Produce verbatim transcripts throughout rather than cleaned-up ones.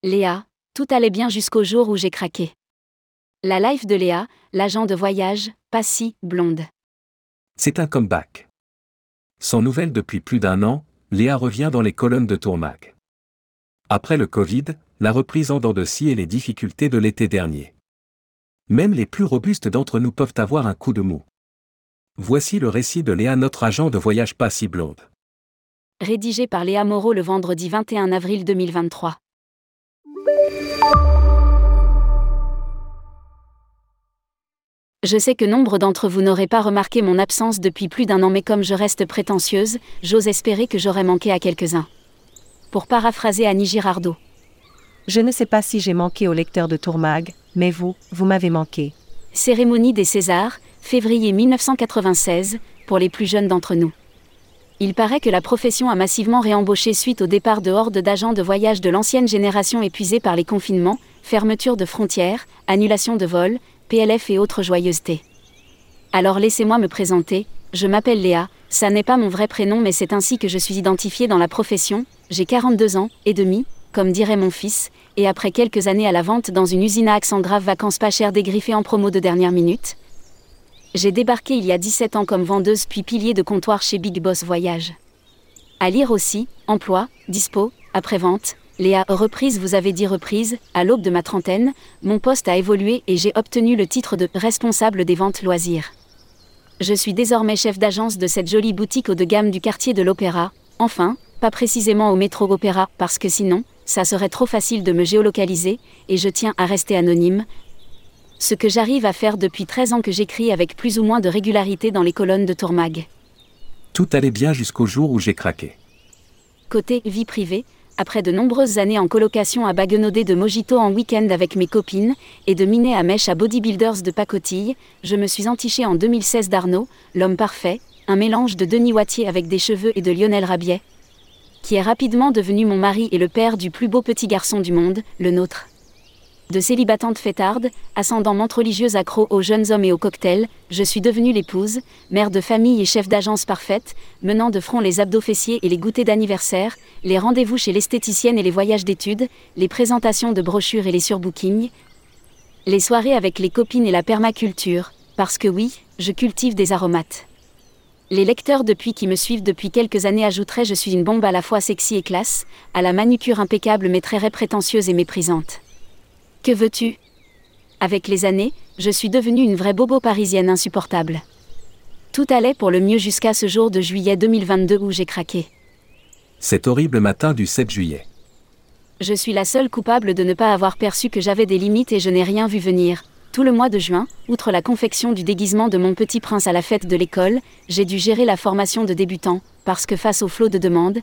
Léa, tout allait bien jusqu'au jour où j'ai craqué. La life de Léa, l'agent de voyage, pas si blonde. C'est un comeback. Sans nouvelles depuis plus d'un an, Léa revient dans les colonnes de Tourmag. Après le Covid, la reprise en dents de scie et les difficultés de l'été dernier. Même les plus robustes d'entre nous peuvent avoir un coup de mou. Voici le récit de Léa, notre agent de voyage pas si blonde. Rédigé par Léa Moreau le vendredi vingt et un avril deux mille vingt-trois. Je sais que nombre d'entre vous n'auraient pas remarqué mon absence depuis plus d'un an, mais comme je reste prétentieuse, j'ose espérer que j'aurais manqué à quelques-uns. Pour paraphraser Annie Girardot. Je ne sais pas si j'ai manqué aux lecteurs de Tourmag, mais vous, vous m'avez manqué. Cérémonie des Césars, février mille neuf cent quatre-vingt-seize, pour les plus jeunes d'entre nous. Il paraît que la profession a massivement réembauché suite au départ de hordes d'agents de voyage de l'ancienne génération épuisés par les confinements, fermeture de frontières, annulation de vols, P L F et autres joyeusetés. Alors laissez-moi me présenter, je m'appelle Léa, ça n'est pas mon vrai prénom mais c'est ainsi que je suis identifiée dans la profession, j'ai quarante-deux ans et demi, comme dirait mon fils, et après quelques années à la vente dans une usine à accent grave vacances pas chères dégriffées en promo de dernière minute, j'ai débarqué il y a dix-sept ans comme vendeuse puis pilier de comptoir chez Big Boss Voyage. À lire aussi, emploi, dispo, après-vente, Léa, reprise, vous avez dit reprise, à l'aube de ma trentaine, mon poste a évolué et j'ai obtenu le titre de responsable des ventes loisirs. Je suis désormais chef d'agence de cette jolie boutique haut de gamme du quartier de l'Opéra, enfin, pas précisément au métro Opéra parce que sinon, ça serait trop facile de me géolocaliser, et je tiens à rester anonyme. Ce que j'arrive à faire depuis treize ans que j'écris avec plus ou moins de régularité dans les colonnes de Tourmag. Tout allait bien jusqu'au jour où j'ai craqué. Côté vie privée, après de nombreuses années en colocation à baguenauder de mojito en week-end avec mes copines, et de miner à mèche à bodybuilders de pacotille, je me suis entichée en deux mille seize d'Arnaud, l'homme parfait, un mélange de Denis Wattier avec des cheveux et de Lionel Rabiet, qui est rapidement devenu mon mari et le père du plus beau petit garçon du monde, le nôtre. De célibatante fêtarde, ascendant menthe religieuse accro aux jeunes hommes et aux cocktails, je suis devenue l'épouse, mère de famille et chef d'agence parfaite, menant de front les abdos fessiers et les goûters d'anniversaire, les rendez-vous chez l'esthéticienne et les voyages d'études, les présentations de brochures et les surbookings, les soirées avec les copines et la permaculture, parce que oui, je cultive des aromates. Les lecteurs depuis qui me suivent depuis quelques années ajouteraient je suis une bombe à la fois sexy et classe, à la manucure impeccable mais très prétentieuse et méprisante. Que veux-tu ? Avec les années, je suis devenue une vraie bobo parisienne insupportable. Tout allait pour le mieux jusqu'à ce jour de juillet deux mille vingt-deux où j'ai craqué. Cet horrible matin du sept juillet. Je suis la seule coupable de ne pas avoir perçu que j'avais des limites et je n'ai rien vu venir. Tout le mois de juin, outre la confection du déguisement de mon petit prince à la fête de l'école, j'ai dû gérer la formation de débutants, parce que face au flot de demandes,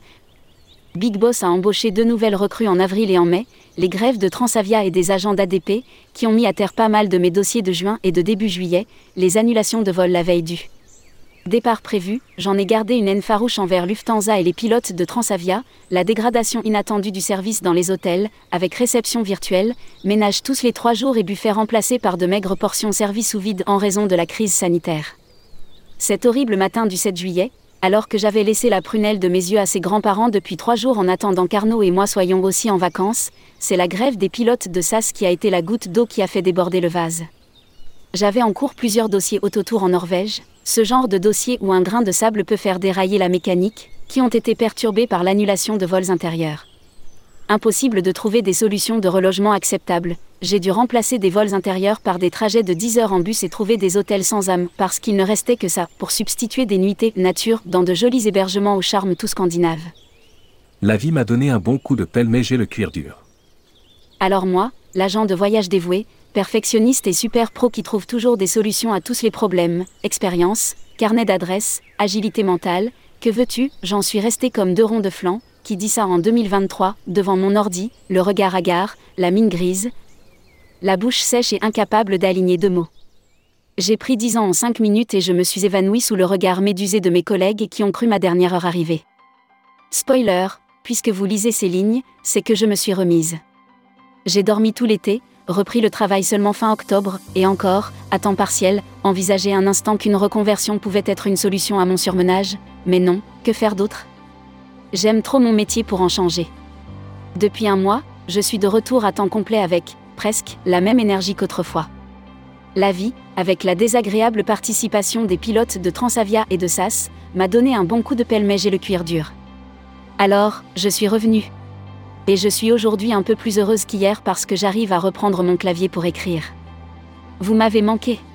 Big Boss a embauché deux nouvelles recrues en avril et en mai, les grèves de Transavia et des agents d'A D P, qui ont mis à terre pas mal de mes dossiers de juin et de début juillet, les annulations de vol la veille du départ prévu, j'en ai gardé une haine farouche envers Lufthansa et les pilotes de Transavia, la dégradation inattendue du service dans les hôtels, avec réception virtuelle, ménage tous les trois jours et buffet remplacé par de maigres portions servies sous vide en raison de la crise sanitaire. Cet horrible matin du sept juillet, alors que j'avais laissé la prunelle de mes yeux à ses grands-parents depuis trois jours en attendant qu'Arnaud et moi soyons aussi en vacances, c'est la grève des pilotes de S A S qui a été la goutte d'eau qui a fait déborder le vase. J'avais en cours plusieurs dossiers autotour en Norvège, ce genre de dossier où un grain de sable peut faire dérailler la mécanique, qui ont été perturbés par l'annulation de vols intérieurs. Impossible de trouver des solutions de relogement acceptables, j'ai dû remplacer des vols intérieurs par des trajets de dix heures en bus et trouver des hôtels sans âme, parce qu'il ne restait que ça, pour substituer des nuitées nature dans de jolis hébergements au charme tout scandinave. La vie m'a donné un bon coup de pelle mais j'ai le cuir dur. Alors moi, l'agent de voyage dévoué, perfectionniste et super pro qui trouve toujours des solutions à tous les problèmes, expérience, carnet d'adresses, agilité mentale, que veux-tu, j'en suis resté comme deux ronds de flanc, qui dit ça en deux mille vingt-trois, devant mon ordi, le regard hagard, la mine grise, la bouche sèche et incapable d'aligner deux mots. J'ai pris dix ans en cinq minutes et je me suis évanouie sous le regard médusé de mes collègues qui ont cru ma dernière heure arriver. Spoiler, puisque vous lisez ces lignes, c'est que je me suis remise. J'ai dormi tout l'été, repris le travail seulement fin octobre, et encore, à temps partiel, envisagé un instant qu'une reconversion pouvait être une solution à mon surmenage, mais non, que faire d'autre ? J'aime trop mon métier pour en changer. Depuis un mois, je suis de retour à temps complet avec, presque, la même énergie qu'autrefois. La vie, avec la désagréable participation des pilotes de Transavia et de S A S, m'a donné un bon coup de pelle mais j'ai le cuir dur. Alors, je suis revenue. Et je suis aujourd'hui un peu plus heureuse qu'hier parce que j'arrive à reprendre mon clavier pour écrire. Vous m'avez manqué.